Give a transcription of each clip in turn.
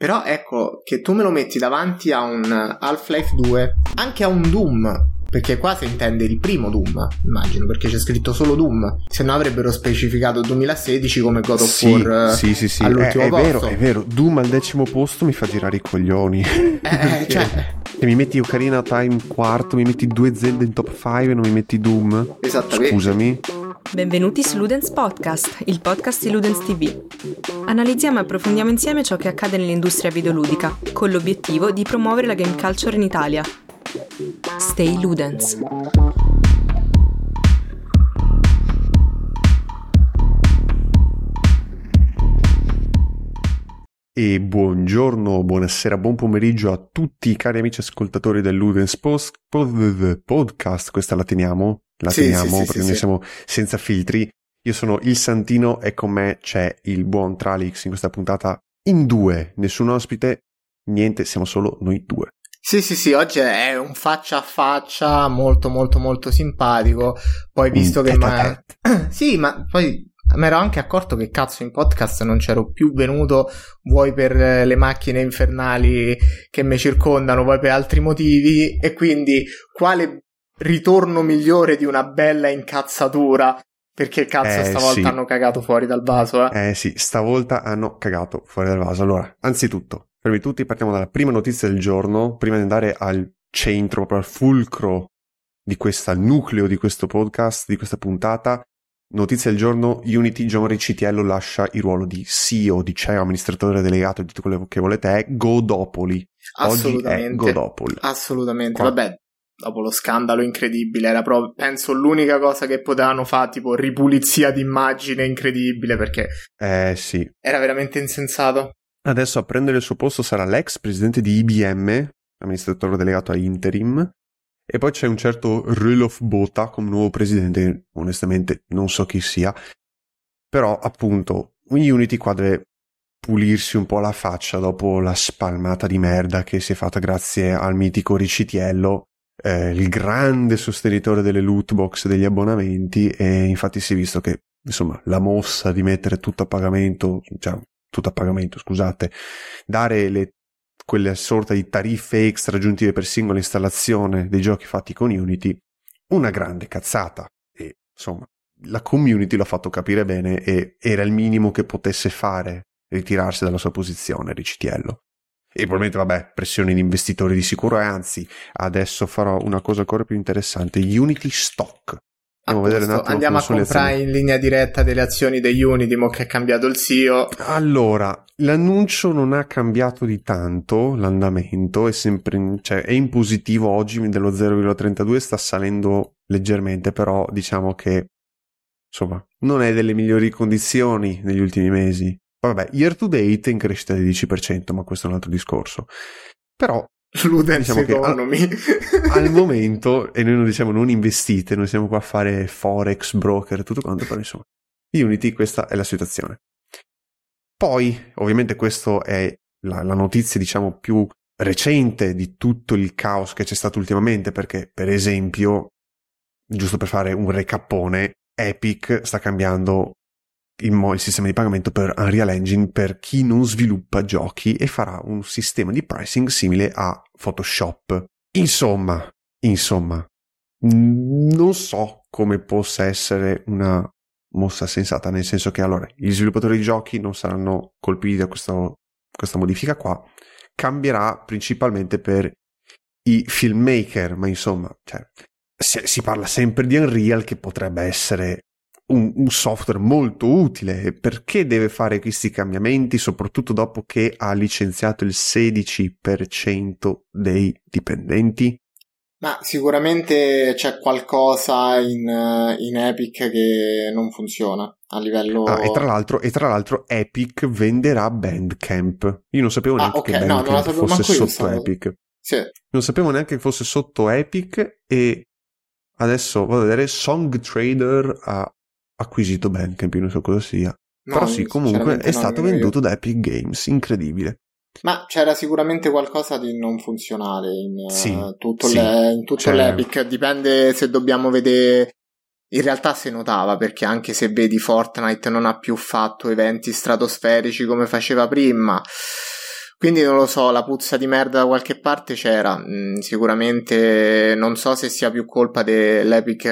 Però ecco che tu me lo metti davanti a un Half-Life 2, anche a un Doom, perché qua si intende il primo Doom, immagino, perché c'è scritto solo Doom, se no avrebbero specificato 2016 come God of War sì. all'ultimo posto. È vero, Doom al 10° posto mi fa girare i coglioni. Cioè... E mi metti Ocarina of Time quarto, mi metti 2 Zelda in top 5 e non mi metti Doom? Esattamente. Scusami. Benvenuti su Ludens Podcast, il podcast di Ludens TV. Analizziamo e approfondiamo insieme ciò che accade nell'industria videoludica, con l'obiettivo di promuovere la game culture in Italia. Stay Ludens. E buongiorno, buonasera, buon pomeriggio a tutti i cari amici ascoltatori del Ludens Podcast. Questa la teniamo perché noi siamo senza filtri. Io sono il Santino e con me c'è il buon Tralix in questa puntata in due, nessun ospite, niente, siamo solo noi due. Sì, oggi è un faccia a faccia molto simpatico. Poi visto che sì, ma poi mi ero anche accorto che cazzo in podcast non c'ero più venuto, vuoi per le macchine infernali che mi circondano, vuoi per altri motivi, e quindi quale ritorno migliore di una bella incazzatura, perché cazzo stavolta hanno cagato fuori dal vaso. Sì, stavolta hanno cagato fuori dal vaso. Allora, anzitutto, prima di tutti partiamo dalla prima notizia del giorno, prima di andare al centro, proprio al fulcro di al nucleo di questo podcast, di questa puntata. Notizia del giorno: Unity, Gianmaria Citiello lascia il ruolo di CEO, di CEO, amministratore delegato, di tutto quello che volete, è Godopoli. Assolutamente. Oggi è Godopoli. Assolutamente. Vabbè, dopo lo scandalo incredibile, era proprio, penso, l'unica cosa che potevano fare, tipo ripulizia d'immagine incredibile, perché sì, era veramente insensato. Adesso a prendere il suo posto sarà l'ex presidente di IBM, amministratore delegato a interim. E poi c'è un certo Roelof Botha come nuovo presidente, onestamente non so chi sia, però appunto Unity qua deve pulirsi un po' la faccia dopo la spalmata di merda che si è fatta grazie al mitico Ricitiello, il grande sostenitore delle loot box, degli abbonamenti, e infatti si è visto che insomma la mossa di mettere tutto a pagamento, scusate, dare quelle sorta di tariffe extra aggiuntive per singola installazione dei giochi fatti con Unity, una grande cazzata. E insomma la community l'ha fatto capire bene e era il minimo che potesse fare, ritirarsi dalla sua posizione Ricitiello. E probabilmente pressioni di investitori di sicuro, e anzi adesso farò una cosa ancora più interessante: Unity Stock. Andiamo a comprare in linea diretta delle azioni di Unity, mo che è cambiato il CEO. Allora, l'annuncio non ha cambiato di tanto l'andamento, è sempre è in positivo oggi, dello 0,32, sta salendo leggermente, però diciamo che insomma non è delle migliori condizioni negli ultimi mesi. Vabbè, year to date in crescita del 10%, ma questo è un altro discorso. Però Ludens Economy al momento, e noi non diciamo non investite, noi siamo qua a fare forex, broker, tutto quanto, però insomma Unity, questa è la situazione. Poi ovviamente questo è la notizia diciamo più recente di tutto il caos che c'è stato ultimamente, perché per esempio, giusto per fare un recappone, Epic sta cambiando il sistema di pagamento per Unreal Engine per chi non sviluppa giochi e farà un sistema di pricing simile a Photoshop. Insomma, non so come possa essere una mossa sensata, nel senso che allora gli sviluppatori di giochi non saranno colpiti da questa modifica qua, cambierà principalmente per i filmmaker, ma insomma, si parla sempre di Unreal, che potrebbe essere un software molto utile. Perché deve fare questi cambiamenti, soprattutto dopo che ha licenziato il 16% dei dipendenti? Ma sicuramente c'è qualcosa in Epic che non funziona a livello... e tra l'altro Epic venderà Bandcamp. Io non sapevo neanche che Bandcamp fosse sotto Epic. Sì. Non sapevo neanche che fosse sotto Epic, e adesso vado a vedere, Songtraders ha acquisito Bandcamp, non so cosa sia. No, però sì, comunque è stato venduto da Epic Games, incredibile. Ma c'era sicuramente qualcosa di non funzionale in tutto c'era. l'Epic. Dipende se dobbiamo vedere. In realtà si notava, perché anche se vedi Fortnite non ha più fatto eventi stratosferici come faceva prima, Quindi non lo so, la puzza di merda da qualche parte c'era. Sicuramente non so se sia più colpa dell'Epic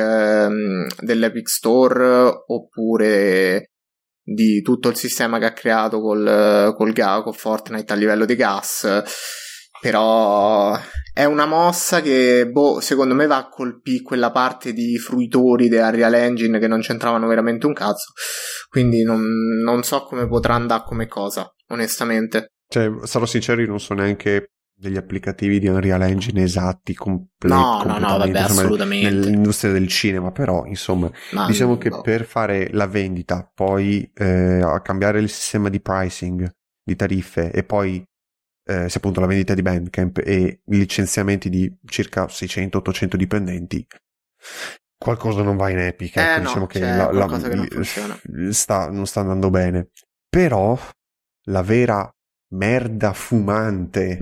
Store oppure di tutto il sistema che ha creato con Fortnite a livello di gas, però è una mossa che secondo me va a colpire quella parte di fruitori di Unreal Engine che non c'entravano veramente un cazzo, quindi non so come potrà andare come cosa, onestamente. Cioè, sarò sincero, io non so neanche degli applicativi di Unreal Engine esatti completamente, vabbè, insomma, assolutamente, nell'industria del cinema, però insomma diciamo che per fare la vendita, poi a cambiare il sistema di pricing, di tariffe, e poi se appunto la vendita di Bandcamp e i licenziamenti di circa 600-800 dipendenti, qualcosa non va in Epic, ecco, no, diciamo che qualcosa che non funziona. Non sta andando bene, però la vera merda fumante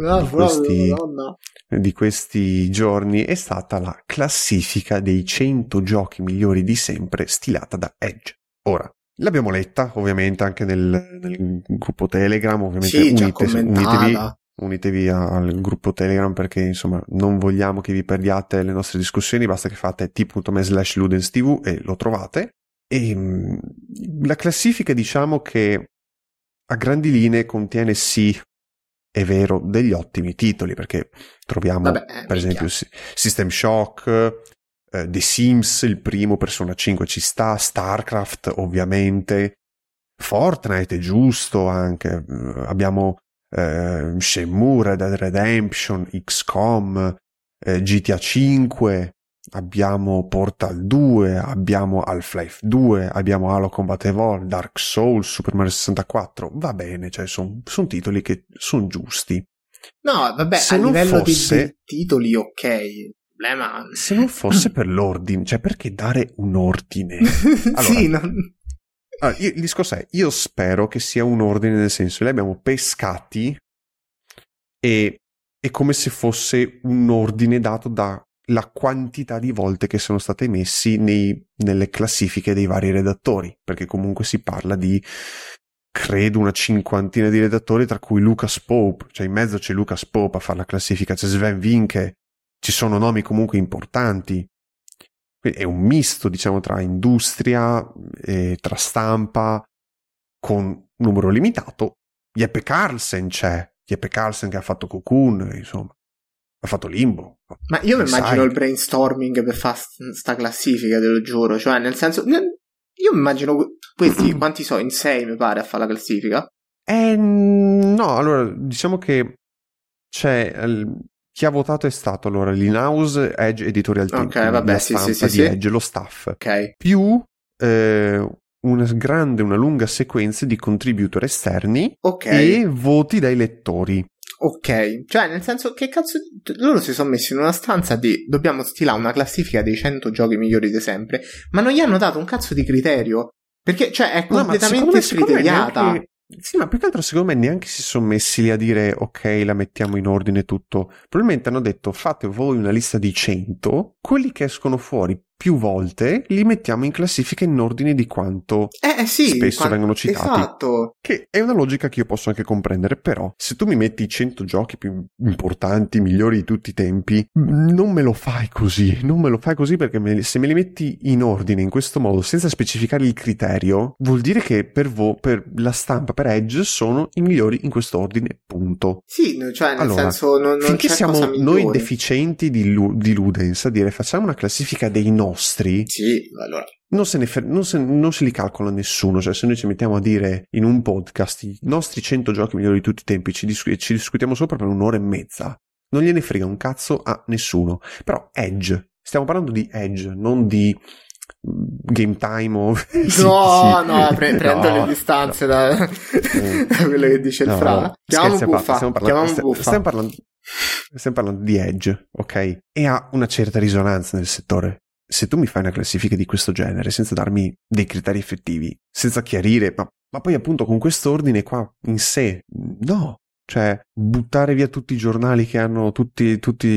di questi giorni è stata la classifica dei 100 giochi migliori di sempre stilata da Edge. Ora, l'abbiamo letta ovviamente anche nel gruppo Telegram, ovviamente sì, unitevi al gruppo Telegram, perché insomma non vogliamo che vi perdiate le nostre discussioni, basta che fate t.me/ludenstv e lo trovate. E la classifica, diciamo che a grandi linee contiene, sì, è vero, degli ottimi titoli, perché troviamo per esempio System Shock, The Sims, il primo, Persona 5 ci sta, StarCraft ovviamente, Fortnite è giusto anche, abbiamo Shenmue, Red Dead Redemption, XCOM, GTA 5, abbiamo Portal 2, abbiamo Half-Life 2, abbiamo Halo Combat Evolved, Dark Souls, Super Mario 64, va bene, cioè sono titoli che sono giusti. No, vabbè, se a livello di titoli, ok. Problema... Se non fosse per l'ordine, cioè perché dare un ordine? Allora, sì, allora, il discorso è, io spero che sia un ordine, nel senso, li abbiamo pescati e è come se fosse un ordine dato da la quantità di volte che sono state messi nelle classifiche dei vari redattori, perché comunque si parla di, credo, una cinquantina di redattori, tra cui Lucas Pope, cioè in mezzo c'è Lucas Pope a fare la classifica, c'è Sven Vinke, ci sono nomi comunque importanti. Quindi è un misto, diciamo, tra industria e tra stampa, con un numero limitato. Jeppe Carlsen che ha fatto Cocoon, insomma, ha fatto Limbo. Ma io mi immagino il brainstorming per fare sta classifica, te lo giuro, cioè nel senso, io mi immagino questi, quanti so, in 6 mi pare a fare la classifica? No, allora, diciamo che c'è... Chi ha votato è stato allora l'in-house Edge Editorial Team, vabbè, la stampa di Edge, lo staff, più una lunga sequenza di contributor esterni e voti dai lettori. Ok, cioè nel senso, che cazzo, loro si sono messi in una stanza di dobbiamo stilare una classifica dei 100 giochi migliori di sempre, ma non gli hanno dato un cazzo di criterio, perché cioè è completamente scriteriata. Sì, ma più che altro secondo me neanche si sono messi lì a dire ok, la mettiamo in ordine tutto. Probabilmente hanno detto fate voi una lista di 100, quelli che escono fuori più volte li mettiamo in classifica in ordine di quanto spesso vengono citati. Esatto. Che è una logica che io posso anche comprendere, però se tu mi metti i 100 giochi più importanti, migliori di tutti i tempi, non me lo fai così, perché se me li metti in ordine in questo modo senza specificare il criterio, vuol dire che per la stampa, per Edge, sono i migliori in questo ordine, punto. Sì, cioè nel senso non finché c'è siamo cosa migliore. Noi deficienti di Ludens a dire facciamo una classifica dei nostri, sì, allora non se li calcola nessuno. Cioè se noi ci mettiamo a dire in un podcast i nostri 100 giochi migliori di tutti i tempi, ci discutiamo sopra per un'ora e mezza, non gliene frega un cazzo a nessuno. Però Edge, stiamo parlando di Edge, non di Game Time o... prendo le distanze da quello che dice il Fra. Stiamo parlando di Edge, ok? E ha una certa risonanza nel settore. Se tu mi fai una classifica di questo genere senza darmi dei criteri effettivi, senza chiarire, ma poi appunto con quest'ordine qua in sé, no. Cioè, buttare via tutti i giornali che hanno tutti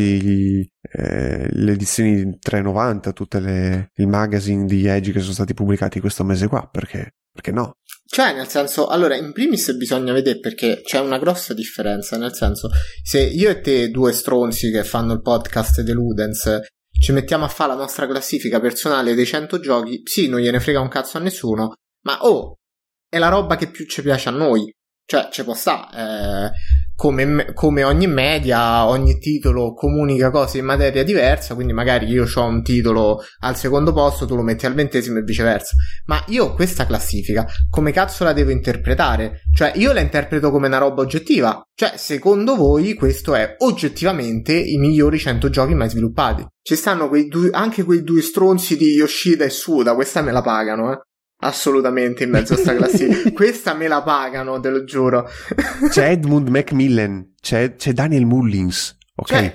le edizioni 390, i magazine di Edge che sono stati pubblicati questo mese qua, perché no? Cioè, nel senso, allora, in primis bisogna vedere, perché c'è una grossa differenza, nel senso, se io e te, due stronzi che fanno il podcast di Ludens, ci mettiamo a fare la nostra classifica personale dei 100 giochi, sì, non gliene frega un cazzo a nessuno, ma è la roba che più ci piace a noi. Cioè, ci può stare, come ogni media, ogni titolo comunica cose in materia diversa, quindi magari io ho un titolo al secondo posto, tu lo metti al 20° e viceversa. Ma io questa classifica, come cazzo la devo interpretare? Cioè, io la interpreto come una roba oggettiva. Cioè, secondo voi questo è oggettivamente i migliori 100 giochi mai sviluppati? Ci stanno anche quei due stronzi di Yoshida e Suda, questa me la pagano, assolutamente in mezzo a sta classifica. Questa me la pagano, te lo giuro. C'è Edmund Macmillan, c'è Daniel Mullins, ok?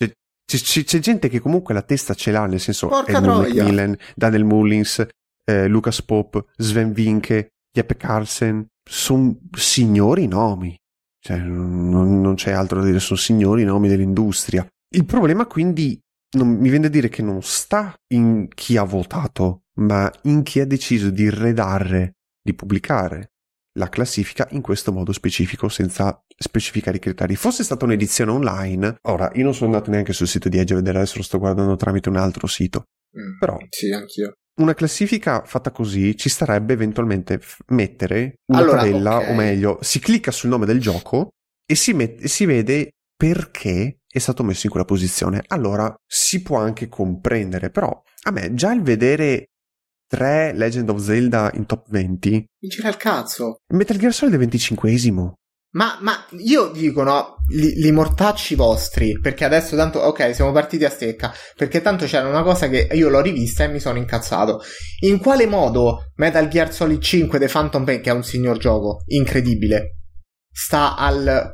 C'è gente che comunque la testa ce l'ha, nel senso Porca Edmund troia. Macmillan, Daniel Mullins, Lucas Pope, Sven Vinke, Jeppe Carlsen, sono signori nomi. Cioè, non c'è altro da dire, sono signori nomi dell'industria. Il problema quindi mi viene da dire che non sta in chi ha votato, ma in chi ha deciso di redarre, di pubblicare la classifica in questo modo specifico, senza specificare i criteri. Fosse stata un'edizione online, ora io non sono andato neanche sul sito di Edge a vedere, adesso lo sto guardando tramite un altro sito, però sì, anch'io. Una classifica fatta così ci starebbe eventualmente mettere una tabella, okay. O meglio, si clicca sul nome del gioco e si vede perché è stato messo in quella posizione. Allora si può anche comprendere, però a me già il vedere 3 Legend of Zelda in top 20 mi gira il cazzo. Metal Gear Solid è 25esimo. Ma io dico, no, li mortacci vostri, perché adesso tanto, ok, siamo partiti a stecca, perché tanto c'era una cosa che io l'ho rivista e mi sono incazzato. In quale modo Metal Gear Solid 5 The Phantom Pain, che è un signor gioco incredibile, sta al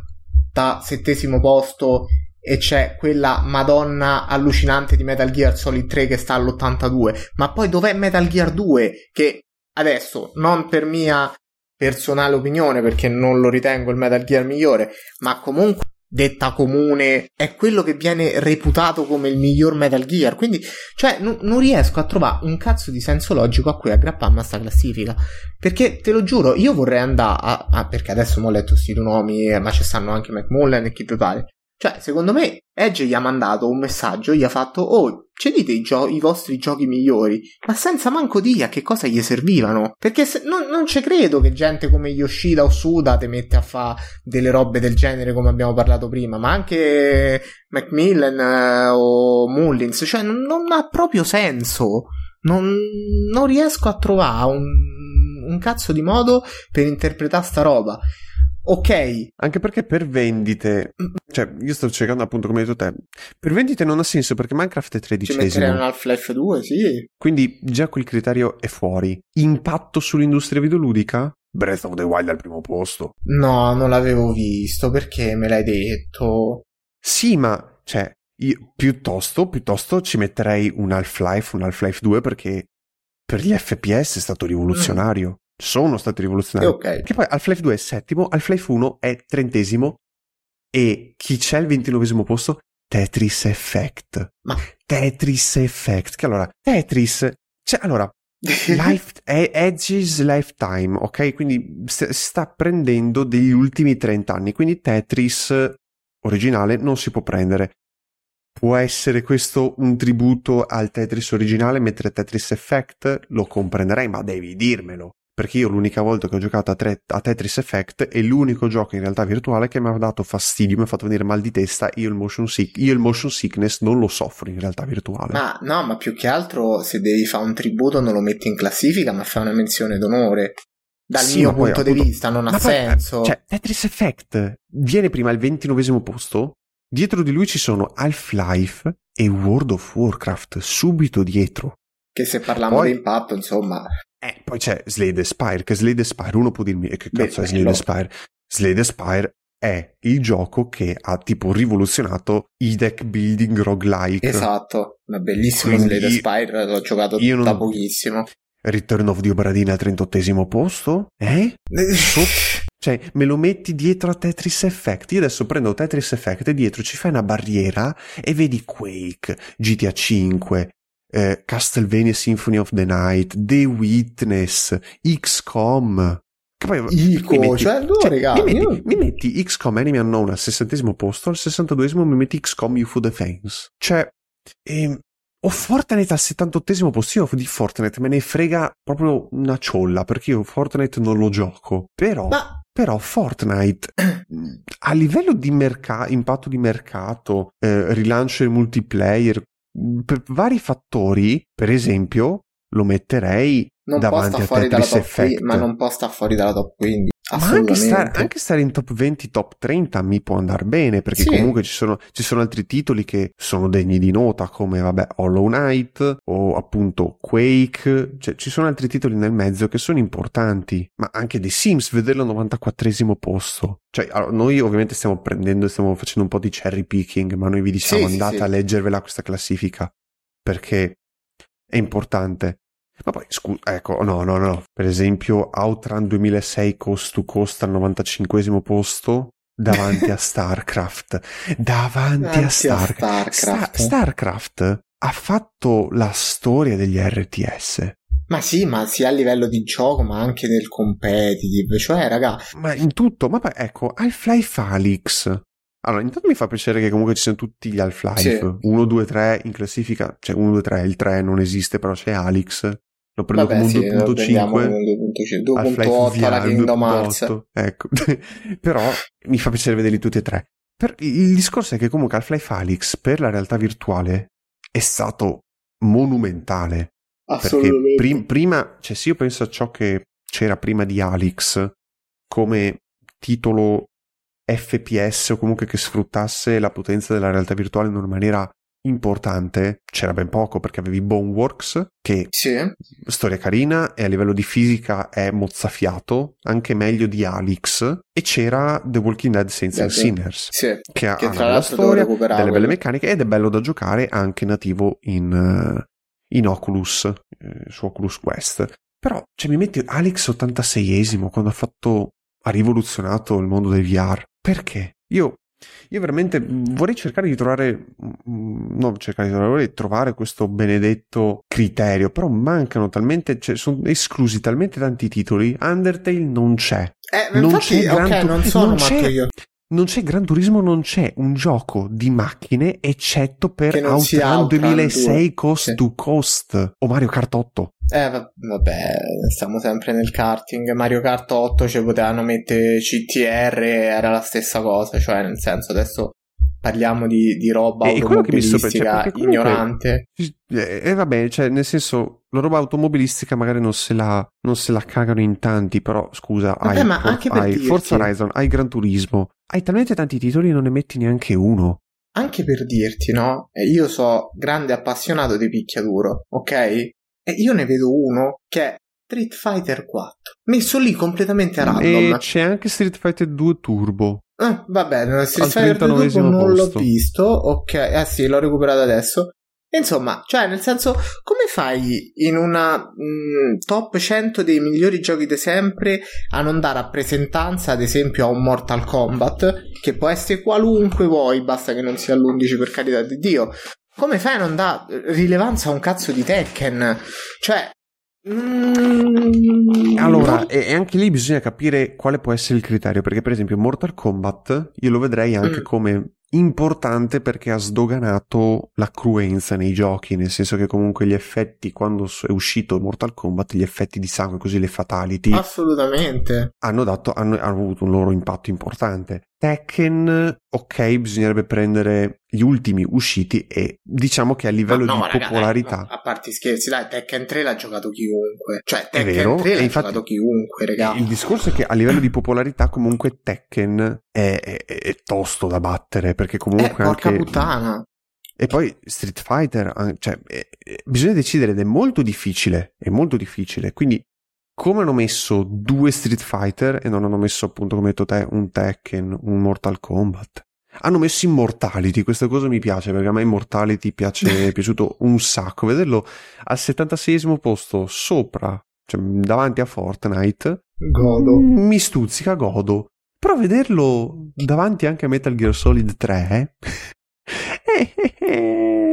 47esimo posto e c'è quella madonna allucinante di Metal Gear Solid 3 che sta all'82? Ma poi dov'è Metal Gear 2? Che adesso, non per mia personale opinione, perché non lo ritengo il Metal Gear migliore, ma comunque detta comune è quello che viene reputato come il miglior Metal Gear. Quindi, cioè, non riesco a trovare un cazzo di senso logico a cui aggrapparmi a sta classifica, perché te lo giuro, io vorrei andare perché adesso mo ho letto sti nomi, ma ci stanno anche McMullen e chi più pare. Cioè, secondo me Edge gli ha mandato un messaggio, gli ha fatto: oh, ci dite i vostri giochi migliori, ma senza manco dire a che cosa gli servivano. Perché non ci credo che gente come Yoshida o Suda te mette a fare delle robe del genere come abbiamo parlato prima, ma anche Macmillan o Mullins, cioè non ha proprio senso. Non riesco a trovare un cazzo di modo per interpretare sta roba. Ok. Anche perché per vendite, cioè io sto cercando appunto come hai detto te, per vendite non ha senso perché Minecraft è 13esimo. Ci metterei un Half-Life 2, sì. Quindi già quel criterio è fuori. Impatto sull'industria videoludica? Breath of the Wild al primo posto. No, non l'avevo visto, perché me l'hai detto? Sì, ma cioè io piuttosto ci metterei un Half-Life 2 perché per gli FPS è stato rivoluzionario. Sono stati rivoluzionari. Okay. Che poi Half-Life 2 è 7º, Half-Life 1 è 30esimo e chi c'è al 29esimo posto? Tetris Effect. Ma Tetris Effect, che allora Tetris, cioè allora Edge's Lifetime, ok? Quindi sta prendendo degli ultimi 30 anni, quindi Tetris originale non si può prendere. Può essere questo un tributo al Tetris originale, mettere Tetris Effect? Lo comprenderei, ma devi dirmelo. Perché io l'unica volta che ho giocato a Tetris Effect è l'unico gioco in realtà virtuale che mi ha dato fastidio, mi ha fatto venire mal di testa. Io il motion sickness non lo soffro in realtà virtuale. Ma no, ma più che altro se devi fare un tributo non lo metti in classifica, ma fai una menzione d'onore. Dal mio punto di vista non ha senso. Cioè, Tetris Effect viene prima al 29esimo posto, dietro di lui ci sono Half-Life e World of Warcraft subito dietro. Che se parliamo di impatto, insomma... Poi c'è Slade Spire, che Slade Spire, uno può dirmi che cazzo è Slade Spire? Slade Spire è il gioco che ha tipo rivoluzionato i deck building roguelike. Esatto, ma bellissimo. Slade Spire, l'ho giocato da pochissimo. Return of the Obra Dinn al 38esimo posto? Cioè, me lo metti dietro a Tetris Effect. Io adesso prendo Tetris Effect e dietro ci fai una barriera e vedi Quake, GTA 5, Castlevania Symphony of the Night, The Witness, XCOM. Che poi mi metti XCOM Enemy Unknown al 60° posto, al 62° mi metti XCOM UFO Defense. Cioè, ho Fortnite al 78° posto. Io di Fortnite me ne frega proprio una ciolla, perché io Fortnite non lo gioco. Però Fortnite a livello di impatto di mercato, rilancio del multiplayer, per vari fattori, per esempio, lo metterei davanti a Tetris Effect. Ma non può stare fuori dalla top 15. Ma anche stare in top 20, top 30 mi può andare bene, perché comunque ci sono altri titoli che sono degni di nota, come Hollow Knight o appunto Quake. Cioè ci sono altri titoli nel mezzo che sono importanti, ma anche The Sims, vederlo al 94° posto. Cioè noi ovviamente stiamo facendo un po' di cherry picking, ma noi vi diciamo andate a leggervela questa classifica, perché è importante. Ma poi, ecco, no. Per esempio, Outrun 2006 Coast to Coast al 95° posto, davanti a StarCraft. StarCraft ha fatto la storia degli RTS. Ma sia a livello di gioco, ma anche del competitive. Cioè, raga... Ma in tutto. Ma poi, ecco, Half-Life Alyx. Allora, intanto mi fa piacere che comunque ci siano tutti gli Half-Life. 1, 2, 3 in classifica. Cioè, 1, 2, 3, il 3 non esiste, però c'è Alyx. Lo prendo come un 2.5, 2.8 alla Kingdom Hearts. Ecco. Però mi fa piacere vederli tutti e tre. Il discorso è che comunque Half-Life Alyx per la realtà virtuale è stato monumentale. Assolutamente. Perché prima, cioè se io penso a ciò che c'era prima di Alyx come titolo FPS o comunque che sfruttasse la potenza della realtà virtuale in una maniera importante, c'era ben poco, perché avevi Boneworks, che storia carina e a livello di fisica è mozzafiato, anche meglio di Alyx, e c'era The Walking Dead Saints and Sinners, che ha una bella storia, delle belle meccaniche ed è bello da giocare anche nativo in Oculus, su Oculus Quest. Però cioè, mi metti Alyx 86esimo quando ha rivoluzionato il mondo del VR. Perché? Io veramente vorrei cercare di vorrei trovare questo benedetto criterio, però mancano talmente, cioè sono esclusi talmente tanti titoli. Undertale non c'è. Non c'è Gran Turismo, non c'è un gioco di macchine eccetto per Outrun 2006 Coast to Coast o Mario Kart 8. Vabbè, stiamo sempre nel karting. Mario Kart 8 ci potevano mettere CTR, era la stessa cosa, cioè nel senso adesso parliamo di roba automobilistica ignorante. Vabbè, cioè nel senso la roba automobilistica magari non se la cagano in tanti, però scusa, hai Forza Horizon, hai Gran Turismo, hai talmente tanti titoli e non ne metti neanche uno. Anche per dirti, no? Io so grande appassionato di picchiaduro, ok? E io ne vedo uno che è Street Fighter 4, messo lì completamente a random. E c'è anche Street Fighter 2 Turbo. Vabbè, Street Fighter 2 Turbo non l'ho visto, ok, sì, l'ho recuperato adesso. Insomma, cioè nel senso, come fai in una top 100 dei migliori giochi di sempre a non dare rappresentanza ad esempio a un Mortal Kombat, che può essere qualunque vuoi, basta che non sia l'11, per carità di Dio. Come fai a non dare rilevanza a un cazzo di Tekken? Cioè allora, e anche lì bisogna capire quale può essere il criterio, perché per esempio Mortal Kombat io lo vedrei anche come importante perché ha sdoganato la cruenza nei giochi, nel senso che comunque gli effetti, quando è uscito Mortal Kombat, gli effetti di sangue, così le fatality, assolutamente hanno avuto un loro impatto importante. Tekken, ok, bisognerebbe prendere gli ultimi usciti e diciamo che a livello di popolarità, a parte scherzi, dai, Tekken 3 l'ha giocato chiunque, cioè Tekken 3 l'ha giocato chiunque, ragazzi. Il discorso è che a livello di popolarità comunque Tekken è tosto da battere, perché comunque porca anche puttana. E poi Street Fighter, cioè bisogna decidere ed è molto difficile, quindi come hanno messo 2 Street Fighter e non hanno messo, appunto, come hai detto te, un Tekken, un Mortal Kombat. Hanno messo Immortality, questa cosa mi piace, perché a me Immortality è piaciuto un sacco. Vederlo al 76esimo posto sopra, cioè davanti a Fortnite, godo. Mi stuzzica, godo. Però vederlo davanti anche a Metal Gear Solid 3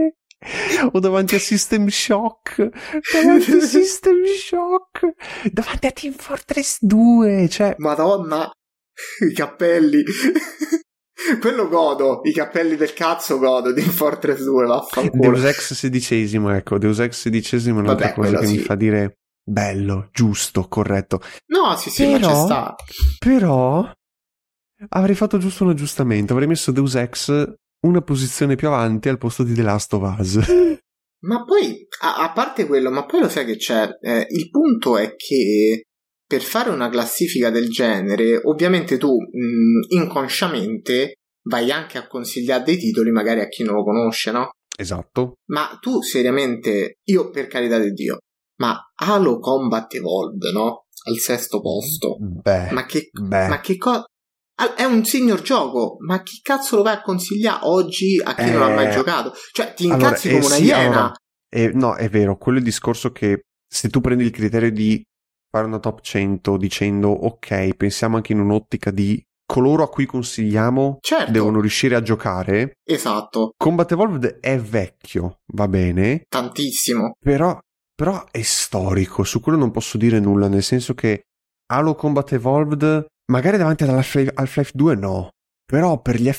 O davanti a System Shock, davanti a System Shock, davanti a Team Fortress 2, cioè... Madonna, i cappelli. Quello godo, i cappelli del cazzo godo di Fortress 2, vaffanculo. Deus Ex 16, ecco, Deus Ex 16 è un'altra cosa che mi fa dire bello, giusto, corretto. No, sì, ma c'è sta. Però avrei fatto giusto un aggiustamento, avrei messo Deus Ex una posizione più avanti al posto di The Last of Us. Ma poi, a parte quello, ma poi lo sai che c'è? Il punto è che per fare una classifica del genere, ovviamente tu inconsciamente vai anche a consigliare dei titoli magari a chi non lo conosce, no? Esatto. Ma tu seriamente, io per carità di Dio, ma Halo Combat Evolved, no? Al 6° posto. Ma che cosa? È un signor gioco, ma chi cazzo lo vai a consigliare oggi a chi non ha mai giocato? Cioè, ti incazzi come una iena. No, è vero, quello è il discorso che se tu prendi il criterio di fare una top 100 dicendo ok, pensiamo anche in un'ottica di coloro a cui consigliamo devono riuscire a giocare. Esatto. Combat Evolved è vecchio, va bene. Tantissimo. Però è storico, su quello non posso dire nulla, nel senso che Halo Combat Evolved, magari davanti ad Half-Life 2 no, però per gli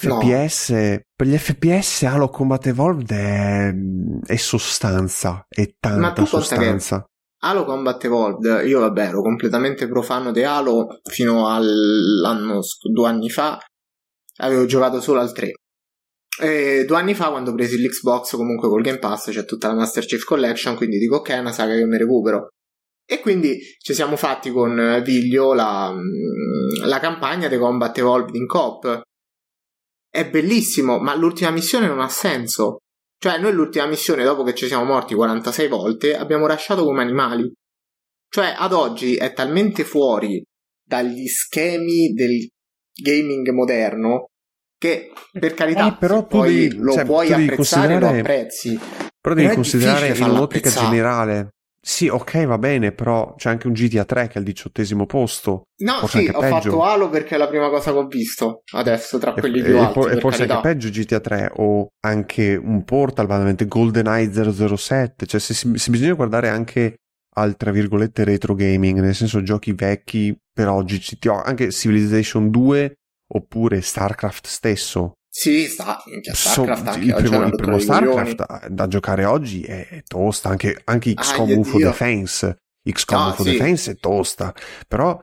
FPS Halo Combat Evolved è sostanza, è tanta sostanza. Halo Combat Evolved, io vabbè ero completamente profano di Halo fino all'anno 2 anni fa, avevo giocato solo al 3. 2 anni fa quando ho preso l'Xbox, comunque col Game Pass c'è tutta la Master Chief Collection, quindi dico ok, è una saga che mi recupero. E quindi ci siamo fatti con Viglio la campagna di Combat Evolved in coop. È bellissimo, ma l'ultima missione non ha senso. Cioè, noi l'ultima missione, dopo che ci siamo morti 46 volte, abbiamo rushato come animali. Cioè, ad oggi è talmente fuori dagli schemi del gaming moderno che, per carità, però poi lo puoi apprezzare, lo apprezzi. Però devi considerare in un'ottica generale. Sì, ok, va bene, però c'è anche un GTA 3 che è al 18° posto. No, sì, ho fatto Halo perché è la prima cosa che ho visto adesso tra quelli più alti. E forse anche peggio GTA 3 o anche un Portal, banalmente GoldenEye 007. Cioè, se bisogna guardare anche al, tra virgolette, retro gaming, nel senso giochi vecchi per oggi, anche Civilization 2 oppure StarCraft stesso. Sì, StarCraft anche il primo StarCraft da giocare oggi è tosta, anche XCOM UFO Defense. XCOM UFO Defense è tosta, però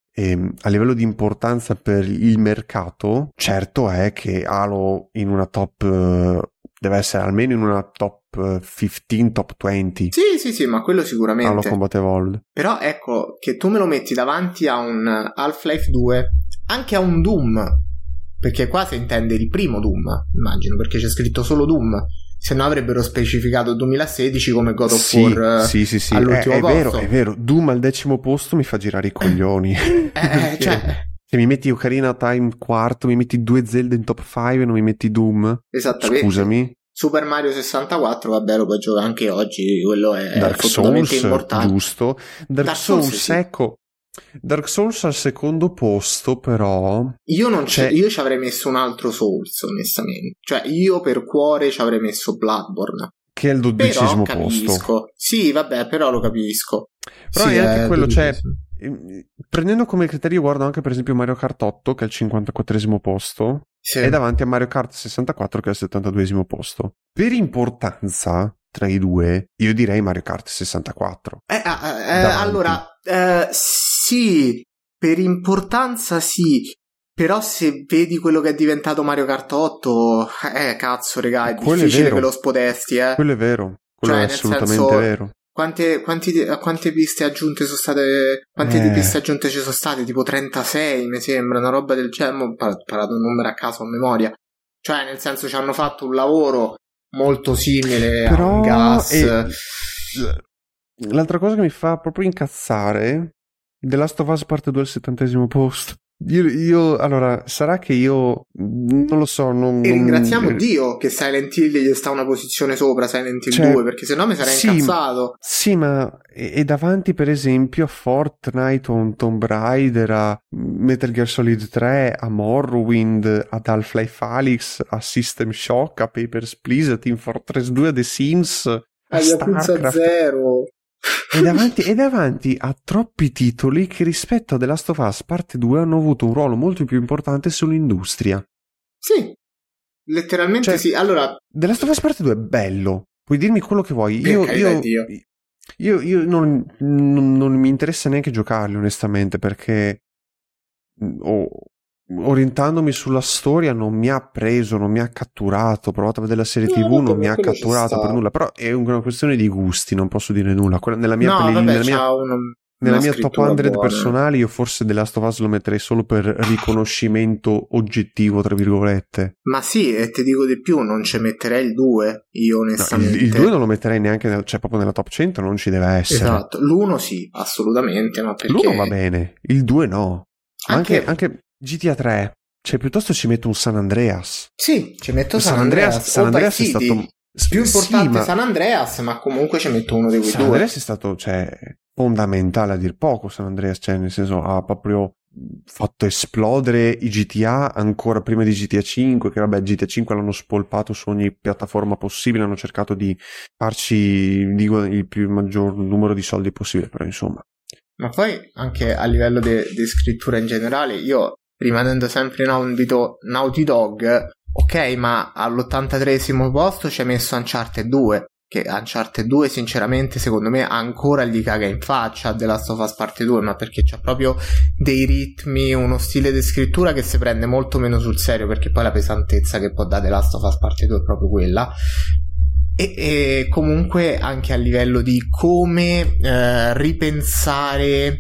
a livello di importanza per il mercato, certo è che Halo in una top deve essere almeno in una top 15, top 20. Sì, ma quello sicuramente. Halo Combat Evolved. Però ecco, che tu me lo metti davanti a un Half-Life 2, anche a un Doom, perché qua si intende il primo Doom, immagino, perché c'è scritto solo Doom, se no avrebbero specificato 2016 come God of War. Sì. All'ultimo posto. È vero, Doom al 10° posto mi fa girare i coglioni. Cioè, se mi metti Ocarina of Time 4, mi metti 2 Zelda in top 5 e non mi metti Doom, esattamente. Scusami. Super Mario 64, vabbè, lo puoi giocare anche oggi, quello è Dark assolutamente Souls, importante. Giusto. Dark Souls, ecco. Dark Souls al 2° posto, però io ci avrei messo un altro Souls, onestamente. Cioè, io per cuore ci avrei messo Bloodborne, che è il 12° posto. Sì, vabbè, però lo capisco. Però sì, è anche quello, cioè, prendendo come criterio, guardo anche per esempio Mario Kart 8 che è il 54° posto, e davanti a Mario Kart 64 che è il 72° posto. Per importanza tra i due, io direi Mario Kart 64. Allora, sì, per importanza sì, però se vedi quello che è diventato Mario Kart 8, cazzo, regà, è difficile che lo spodesti, Quello è vero, quello è assolutamente vero. Quante piste aggiunte sono state? Quante piste aggiunte ci sono state? Tipo 36, mi sembra, una roba del genere. Ho parato un numero a caso a memoria. Cioè, nel senso, ci hanno fatto un lavoro molto simile a un gas. L'altra cosa che mi fa proprio incazzare, The Last of Us Part 2 al 70° posto. Io allora, sarà che io non lo so. E ringraziamo Dio che Silent Hill gli sta una posizione sopra Silent Hill 2, perché sennò mi sarei incazzato. Sì, ma è davanti per esempio a Fortnite o a Tomb Raider, a Metal Gear Solid 3, a Morrowind, ad Half-Life Alyx, a System Shock, a Papers, Please, a Team Fortress 2, a The Sims, a StarCraft. Zero. È davanti a troppi titoli che rispetto a The Last of Us Parte 2 hanno avuto un ruolo molto più importante sull'industria. Sì, letteralmente sì. Allora, The Last of Us Parte 2 è bello, puoi dirmi quello che vuoi. Io non mi interessa neanche giocarli, onestamente, perché orientandomi sulla storia non mi ha preso, non mi ha catturato. Ho provato a vedere la serie TV, non mi ha catturato per nulla. Però è una questione di gusti, non posso dire nulla. Nella mia top 100 personali, io forse The Last of Us lo metterei solo per riconoscimento oggettivo, tra virgolette. Ma sì, e ti dico di più, non ci metterei il 2, io onestamente. No, il 2 non lo metterei neanche, cioè proprio nella top 100 non ci deve essere. Esatto, l'1 sì, assolutamente, ma perché... L'1 va bene, il 2 no. Anche GTA 3, cioè piuttosto ci metto un San Andreas. Sì, ci metto San Andreas. San Andreas è stato più importante, San Andreas, ma comunque ci metto uno di quei San due. Andreas è stato, fondamentale a dir poco. San Andreas, nel senso, ha proprio fatto esplodere i GTA ancora prima di GTA 5, che vabbè, GTA 5 l'hanno spolpato su ogni piattaforma possibile, hanno cercato di farci il maggior numero di soldi possibile, però insomma. Ma poi anche a livello di scrittura in generale, io rimanendo sempre in ambito Naughty Dog, ok, ma all'83esimo posto ci hai messo Uncharted 2, che Uncharted 2 sinceramente secondo me ancora gli caga in faccia a The Last of Us Parte 2, ma perché c'ha proprio dei ritmi, uno stile di scrittura che si prende molto meno sul serio, perché poi la pesantezza che può dare The Last of Us Parte 2 è proprio quella. E comunque anche a livello di come ripensare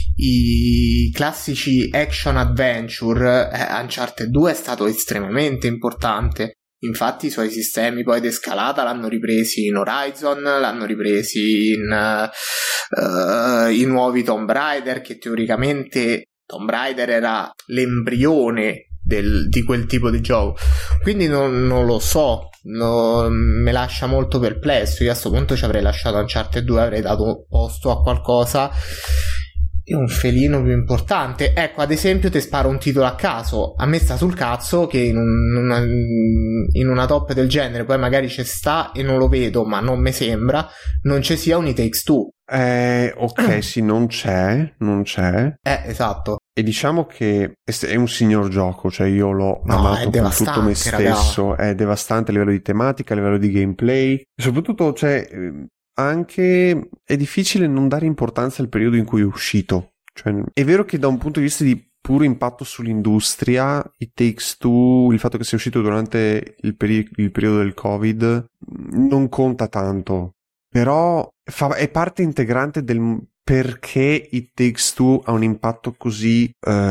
i classici action adventure, Uncharted 2 è stato estremamente importante. Infatti i suoi sistemi poi di scalata l'hanno ripresi in Horizon, l'hanno ripresi in i nuovi Tomb Raider, che teoricamente Tomb Raider era l'embrione di quel tipo di gioco. Quindi non lo so, mi lascia molto perplesso. Io a questo punto ci avrei lasciato Uncharted 2, avrei dato posto a qualcosa di un felino più importante. Ecco, ad esempio ti sparo un titolo a caso, a me sta sul cazzo che in una top del genere poi magari ci sta e non lo vedo, ma non mi sembra non ci sia un It Takes Two. Ok, sì, non c'è. Esatto. E diciamo che è un signor gioco, cioè io l'ho amato con tutto me stesso, ragazzi. È devastante a livello di tematica, a livello di gameplay, e soprattutto, anche è difficile non dare importanza al periodo in cui è uscito. Cioè, è vero che da un punto di vista di puro impatto sull'industria, It Takes Two, il fatto che sia uscito durante il periodo del Covid, non conta tanto, però è parte integrante del perché It Takes Two ha un impatto così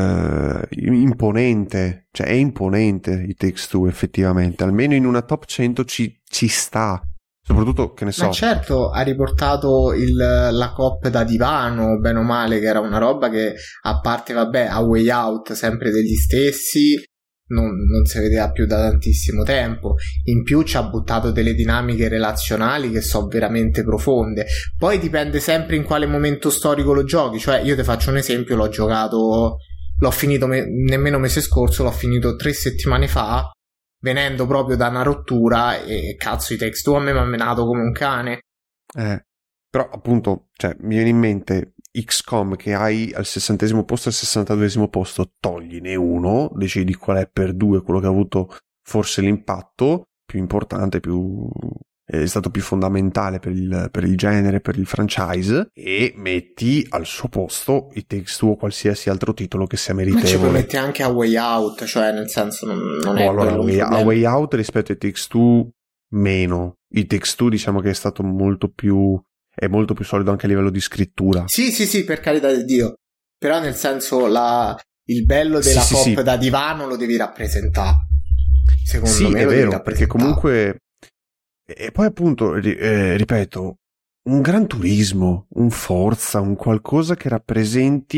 imponente. Cioè è imponente It Takes Two, effettivamente, almeno in una top 100 ci sta. Soprattutto, che ne so. Ma certo, ha riportato la coop da divano, bene o male, che era una roba che, a parte, vabbè, A Way Out, sempre degli stessi, non si vedeva più da tantissimo tempo. In più ci ha buttato delle dinamiche relazionali che sono veramente profonde. Poi dipende sempre in quale momento storico lo giochi. Cioè, io ti faccio un esempio, l'ho finito nemmeno mese scorso, l'ho finito 3 settimane fa, venendo proprio da una rottura, e cazzo, i Takes Two a me mi ha menato come un cane. Però appunto, mi viene in mente XCOM, che hai al 60° posto e al 62° posto, togline uno, decidi qual è per 2 quello che ha avuto forse l'impatto più importante, è stato più fondamentale per il genere, per il franchise, e metti al suo posto It Takes Two o qualsiasi altro titolo che sia meritevole. Ma ci puoi mettere anche A Way Out, cioè nel senso non è allora A Way Out rispetto a It Takes Two meno. It Takes Two diciamo che è stato molto più solido anche a livello di scrittura. Sì, per carità di Dio, però nel senso il bello della pop da divano lo devi rappresentare, secondo me. Sì, è vero, perché comunque. E poi appunto, ripeto, un Gran Turismo, un Forza, un qualcosa che rappresenti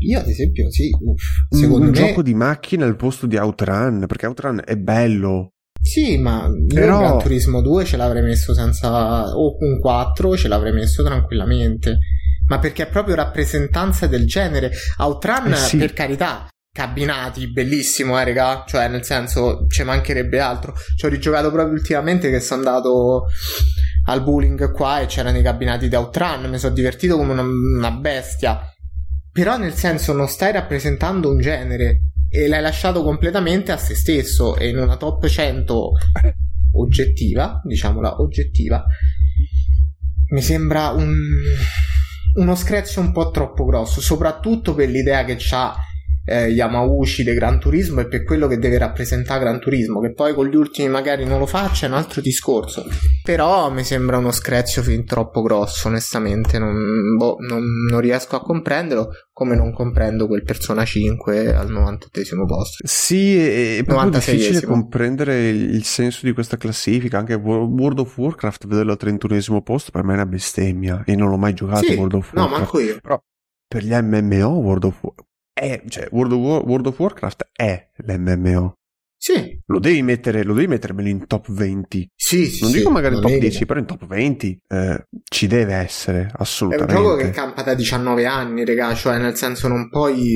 Io ad esempio sì, secondo un me... gioco di macchina al posto di Outrun, perché Outrun è bello. Sì, ma però... io Gran Turismo 2 ce l'avrei messo senza... o un 4 ce l'avrei messo tranquillamente, ma perché è proprio rappresentanza del genere. Outrun, sì. Per carità, cabinati, bellissimo, raga, cioè nel senso ci mancherebbe altro. Ci ho rigiocato proprio ultimamente che sono andato al bowling qua e c'erano i cabinati di Outrun, mi sono divertito come una bestia, però nel senso non stai rappresentando un genere e l'hai lasciato completamente a se stesso, e in una top 100 oggettiva, diciamola oggettiva, mi sembra uno screzio un po' troppo grosso, soprattutto per l'idea che c'ha Yamauchi di Gran Turismo e per quello che deve rappresentare Gran Turismo, che poi con gli ultimi magari non lo faccia, è un altro discorso, però mi sembra uno screzio fin troppo grosso, onestamente non riesco a comprenderlo, come non comprendo quel Persona 5 al 98esimo posto. Sì, è proprio difficile 96esimo. comprendere il senso di questa classifica. Anche World of Warcraft, vederlo al 31esimo posto per me è una bestemmia, e non l'ho mai giocato. Sì, World of no, Warcraft. manco io. Però per gli MMO World of Warcraft è l'MMO. Sì. Lo devi mettermelo in top 20. Sì, Non dico magari in top merita. 10, però in top 20 ci deve essere, È un assolutamente. gioco che campa da 19 anni, raga, cioè nel senso non puoi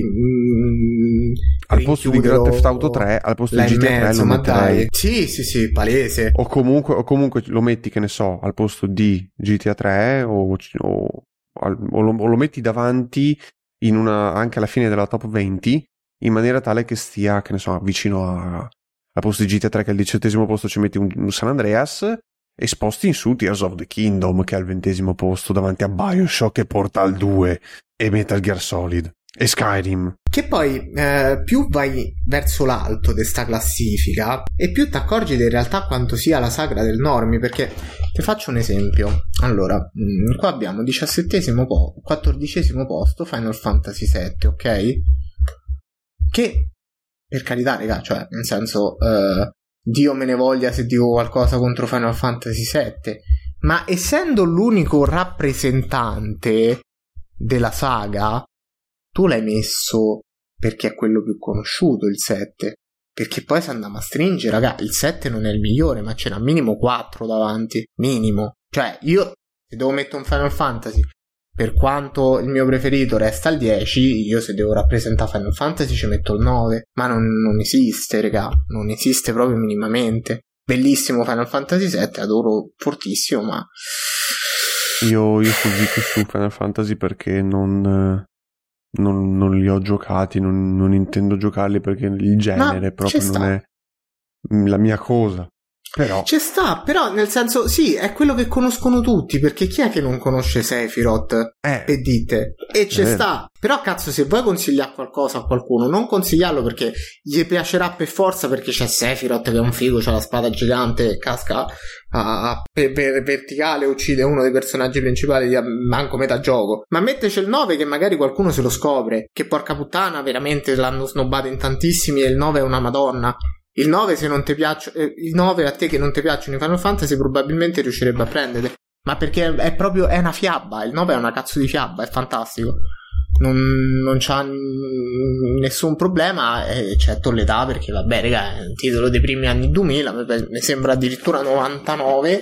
al posto di Grand Theft Auto 3, al posto di GTA 3 lo metterei. Sì, palese. O comunque lo metti, che ne so, al posto di GTA 3 o lo metti davanti anche alla fine della top 20, in maniera tale che stia, che ne so, vicino al posto di GTA 3, che è al 18esimo posto, ci metti un San Andreas, e sposti in su Tears of the Kingdom, che è al 20esimo posto, davanti a BioShock e Portal 2 e Metal Gear Solid e Skyrim. Che poi più vai verso l'alto di sta classifica e più ti accorgi in realtà quanto sia la sagra del normie, perché ti faccio un esempio. Allora, qua abbiamo 17esimo 14esimo posto Final Fantasy VII, ok? Che per carità, raga, cioè nel senso Dio me ne voglia se dico qualcosa contro Final Fantasy VII, ma essendo l'unico rappresentante della saga, tu l'hai messo perché è quello più conosciuto, il 7, perché poi se andiamo a stringere, raga, il 7 non è il migliore, ma ce n'ha minimo 4 davanti, minimo. Cioè io se devo mettere un Final Fantasy, per quanto il mio preferito resta il 10, io se devo rappresentare Final Fantasy ci metto il 9, ma non esiste, raga, non esiste proprio minimamente. Bellissimo Final Fantasy 7, adoro fortissimo, ma io fuggico su Final Fantasy perché non li ho giocati, non intendo giocarli, perché il genere proprio non è la mia cosa. Però ci sta, però nel senso sì, è quello che conoscono tutti, perché chi è che non conosce Sephiroth e dite? E ci sta. Però cazzo, se vuoi consigliare qualcosa a qualcuno, non consigliarlo perché gli piacerà per forza, perché c'è Sephiroth che è un figo, c'ha la spada gigante e casca per verticale, uccide uno dei personaggi principali di manco metà gioco. Ma metteci il 9 che magari qualcuno se lo scopre, che porca puttana veramente l'hanno snobbato in tantissimi e il 9 è una madonna. Il 9 se non ti piacciono, il 9 a te che non ti piacciono i Final Fantasy probabilmente riuscirebbe a prendere, ma perché è una fiaba, il 9 è una cazzo di fiaba, è fantastico, non c'ha nessun problema, eccetto l'età, perché vabbè raga, è un titolo dei primi anni 2000, mi sembra addirittura 99,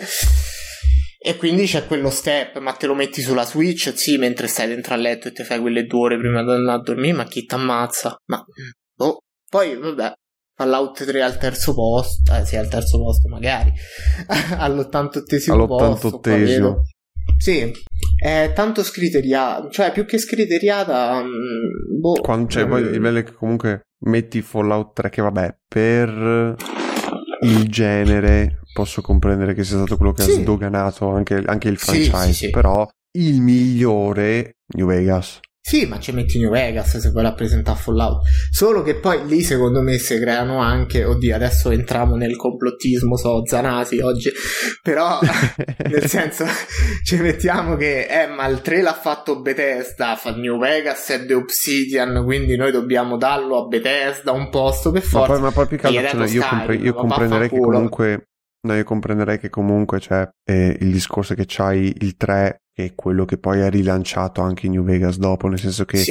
e quindi c'è quello step, ma te lo metti sulla Switch, sì, mentre stai dentro al letto e ti fai quelle 2 ore prima di andare a dormire, ma chi t'ammazza? Ma poi vabbè, Fallout 3 al terzo posto, sì, al terzo posto magari all'88esimo posto, sì, è tanto scriteriata, cioè più che scriteriata poi il bello è che comunque metti Fallout 3, che vabbè, per il genere posso comprendere che sia stato quello che ha sdoganato anche il franchise, sì. Però il migliore, New Vegas. Sì, ma ci metti New Vegas se vuoi rappresentare Fallout. Solo che poi lì secondo me si creano anche, oddio, adesso entriamo nel complottismo, Zanati oggi, però nel senso ci mettiamo che ma il 3 l'ha fatto Bethesda, fa New Vegas e The Obsidian, quindi noi dobbiamo darlo a Bethesda un posto per forza. Ma poi più che altro, io comprenderei che comunque io comprenderei che comunque c'è il discorso che c'hai il 3, che è quello che poi ha rilanciato anche New Vegas dopo, nel senso che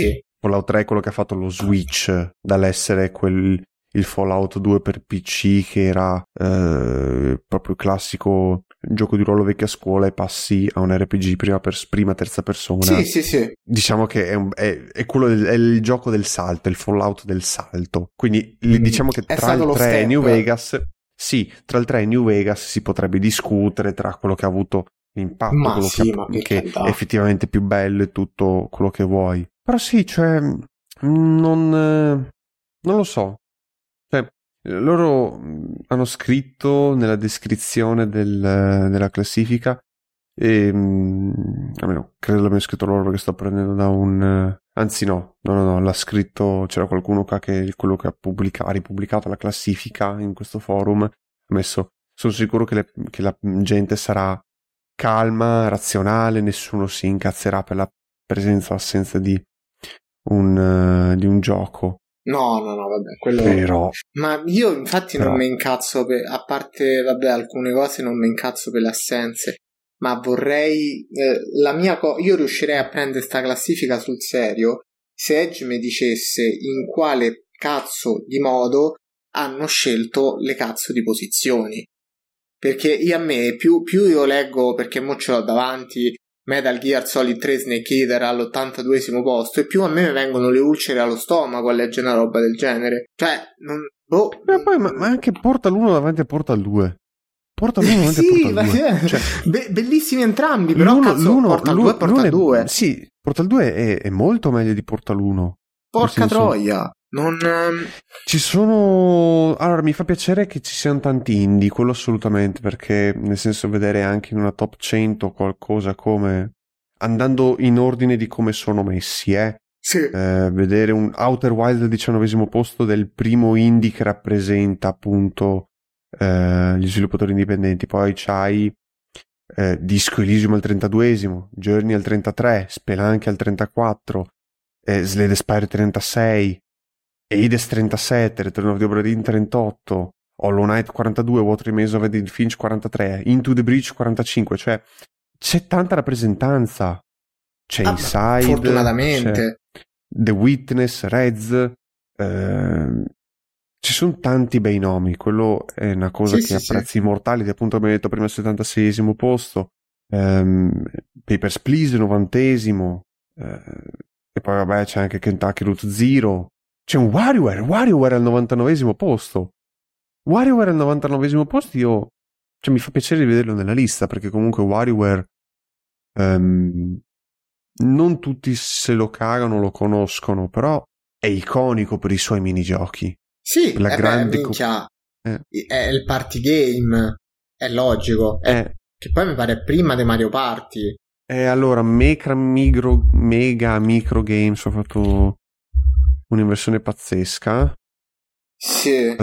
Fallout 3 è quello che ha fatto lo switch dall'essere il Fallout 2 per PC, che era proprio il classico gioco di ruolo vecchia scuola, e passi a un RPG prima terza persona. Sì. Diciamo che è quello è il gioco del salto, il Fallout del salto. Quindi diciamo che tra il 3 e New Vegas, tra il 3 e New Vegas si potrebbe discutere tra quello che ha avuto l'impatto, che è effettivamente più bello e tutto quello che vuoi. Però sì, cioè non lo so. Cioè, loro hanno scritto nella descrizione della classifica, e almeno credo l'abbiano scritto loro, perché sto prendendo da un anzi no, l'ha scritto, c'era qualcuno qua che quello che ha ripubblicato la classifica in questo forum, ha messo: sono sicuro che la gente sarà calma, razionale, nessuno si incazzerà per la presenza o assenza di un gioco. No, vabbè, quello... Però... Ma io infatti non mi incazzo a parte, vabbè, alcune cose non mi incazzo per le assenze, ma vorrei... io riuscirei a prendere sta classifica sul serio se Edge mi dicesse in quale cazzo di modo hanno scelto le cazzo di posizioni. Perché a me, più io leggo, perché mo ce l'ho davanti, Metal Gear Solid 3 Snake Eater all'82esimo posto, e più a me vengono le ulcere allo stomaco a leggere una roba del genere. Cioè, ma anche Portal 1 davanti a Portal 2. Portal 1 davanti a Portal 2. Cioè, bellissimi entrambi, però Portal 2 e Portal 2. Sì, Portal 2 è molto meglio di Portal 1. Porca troia. Ci sono... Allora, mi fa piacere che ci siano tanti indie, quello assolutamente, perché nel senso, vedere anche in una top 100 qualcosa come... andando in ordine di come sono messi, Sì. Vedere un Outer Wilds al 19° posto del primo indie che rappresenta appunto gli sviluppatori indipendenti. Poi c'hai Disco Elysium al 32esimo, Journey al 33, Spelunky al 34, Slade Spire 36, Hades 37, Return of the Obra Dinn 38, Hollow Knight 42, What Remains of Edith Finch 43, Into the Breach 45, cioè c'è tanta rappresentanza. C'è Inside, fortunatamente. C'è The Witness, Rez, ci sono tanti bei nomi, quello è una cosa che apprezzi Immortality, appunto abbiamo detto prima, al 76esimo posto, Papers, Please 90esimo, e poi vabbè c'è anche Kentucky Route Zero, c'è un WarioWare al 99esimo posto. WarioWare al 99esimo posto, mi fa piacere di vederlo nella lista, perché comunque WarioWare non tutti se lo cagano, lo conoscono, però è iconico per i suoi minigiochi. Sì, la grande è il party game, è logico, che poi mi pare prima di Mario Party. Allora, Mega Micro Games ha fatto un'inversione pazzesca. Sì, è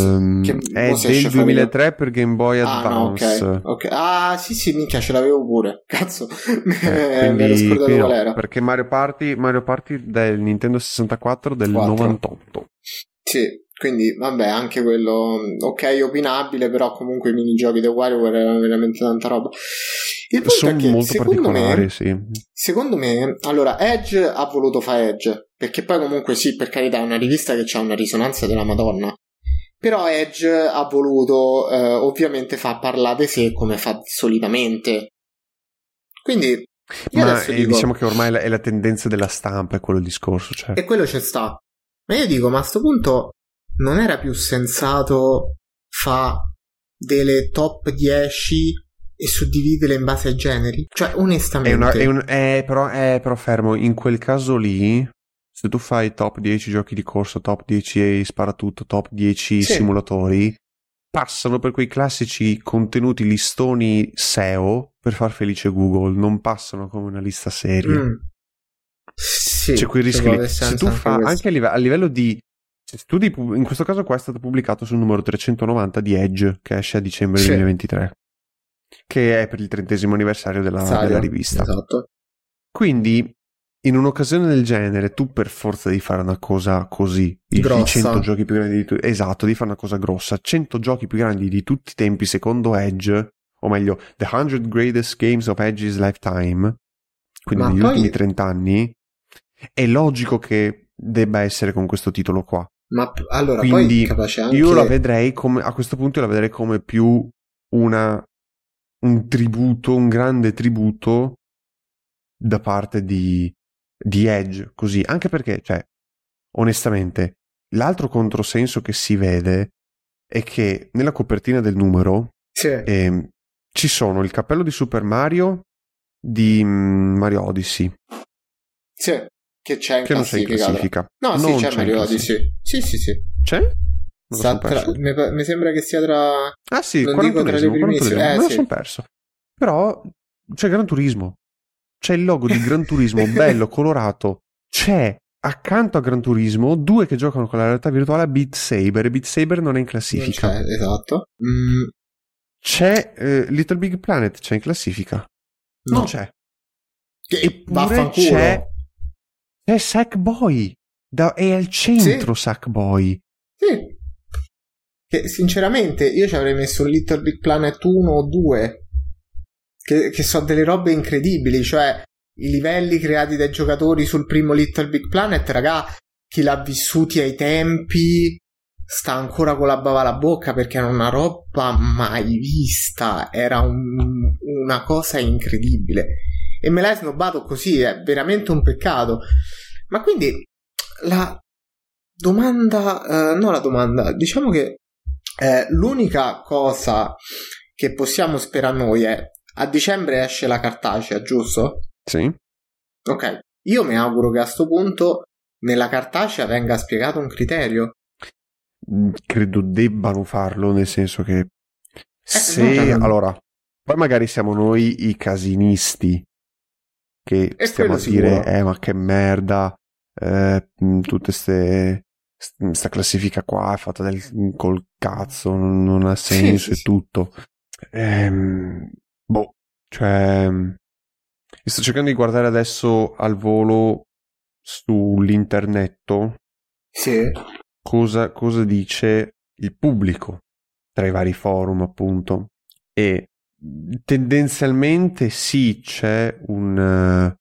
del 2003 per Game Boy Advance. No, okay. Ah, sì, minchia, ce l'avevo pure. Cazzo, mi ero scordato qual era. Perché Mario Party del Nintendo 64 del 98. Sì, quindi vabbè, anche quello ok, opinabile, però comunque i minigiochi di WarioWare erano veramente tanta roba. Il punto sono è che molto particolari, secondo me, allora, Edge ha voluto fare Edge, perché poi comunque sì, per carità, è una rivista che ha una risonanza della Madonna, però Edge ha voluto ovviamente fa parlare di sé come fa solitamente. Quindi diciamo che ormai è la tendenza della stampa, è quello il discorso, cioè. E quello c'è sta. Ma io dico, ma a sto punto non era più sensato fa delle top 10 e suddividere in base ai generi? Cioè, onestamente. Però fermo, in quel caso lì, se tu fai top 10 giochi di corsa, top 10 sparatutto, top 10 simulatori, passano per quei classici contenuti listoni SEO per far felice Google, non passano come una lista seria. Sì, c'è quel rischio lì. Se tu fai anche a livello di in questo caso qua è stato pubblicato sul numero 390 di Edge, che esce a dicembre 2023, che è per il 30° anniversario della rivista. Esatto. Quindi in un'occasione del genere tu per forza devi fare una cosa così, i 100 giochi più grandi esatto, devi fare una cosa grossa, 100 giochi più grandi di tutti i tempi secondo Edge, o meglio The 100 Greatest Games of Edge's Lifetime, quindi negli ultimi 30 anni. è logico che debba essere con questo titolo qua. Ma allora quindi poi capace anche... io la vedrei come, a questo punto io la vedrei come più un tributo, un grande tributo da parte di Edge, così, anche perché, cioè, onestamente, l'altro controsenso che si vede è che nella copertina del numero ci sono il cappello di Super Mario di Mario Odyssey. Sì, che c'è in che non c'è in classifica. No, non sì, c'è Mario Odyssey. Sì. C'è? Mi sembra che sia tra... Ah sì, non dico tra le primissime. Me lo sono perso. Però c'è Gran Turismo. C'è il logo di Gran Turismo, bello, colorato. C'è accanto a Gran Turismo 2 che giocano con la realtà virtuale a Beat Saber. E Beat Saber non è in classifica. Non c'è, esatto. C'è Little Big Planet, c'è in classifica. No. Non c'è. Eppure c'è Sackboy. È al centro, sì. Sackboy. Sì. Che sinceramente io ci avrei messo Little Big Planet 1 o 2. Che so delle robe incredibili, cioè i livelli creati dai giocatori sul primo Little Big Planet, raga, chi l'ha vissuti ai tempi sta ancora con la bava alla bocca, perché era una roba mai vista, era una cosa incredibile, e me l'hai snobbato così, è veramente un peccato. Ma quindi diciamo che l'unica cosa che possiamo sperare noi è: a dicembre esce la cartacea, giusto? Sì. Ok, io mi auguro che a sto punto nella cartacea venga spiegato un criterio. Credo debbano farlo, nel senso che se allora poi magari siamo noi i casinisti che stiamo a dire ma che merda, tutte sta classifica qua è fatta col cazzo, non ha senso, sì. E tutto cioè sto cercando di guardare adesso al volo sull'internetto, sì. Cosa dice il pubblico tra i vari forum, appunto, e tendenzialmente sì, c'è un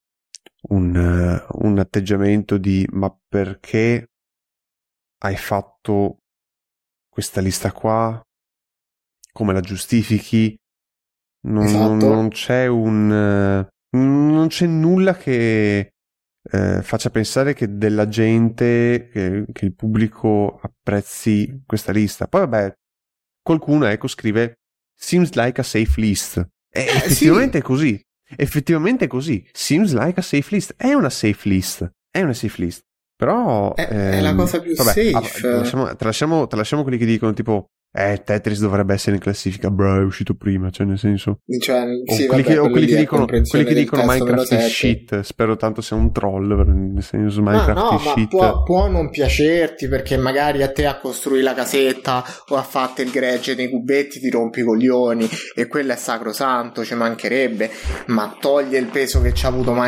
atteggiamento di ma perché hai fatto questa lista qua, come la giustifichi? Non c'è non c'è nulla che faccia pensare che della gente, che il pubblico apprezzi questa lista. Poi vabbè, qualcuno scrive seems like a safe list, effettivamente sì. È così, effettivamente è così, seems like a safe list, è una safe list, però è la cosa più safe. Tralasciamo quelli che dicono tipo Tetris dovrebbe essere in classifica, bro, è uscito prima, cioè nel senso, cioè, sì, quelli che dicono Minecraft è shit, spero tanto sia un troll, nel senso Minecraft è shit. Può non piacerti perché magari a te a costruire la casetta o a fatto il gregge nei cubetti ti rompi i coglioni, e quello è sacrosanto, ci mancherebbe, ma toglie il peso che ci ha avuto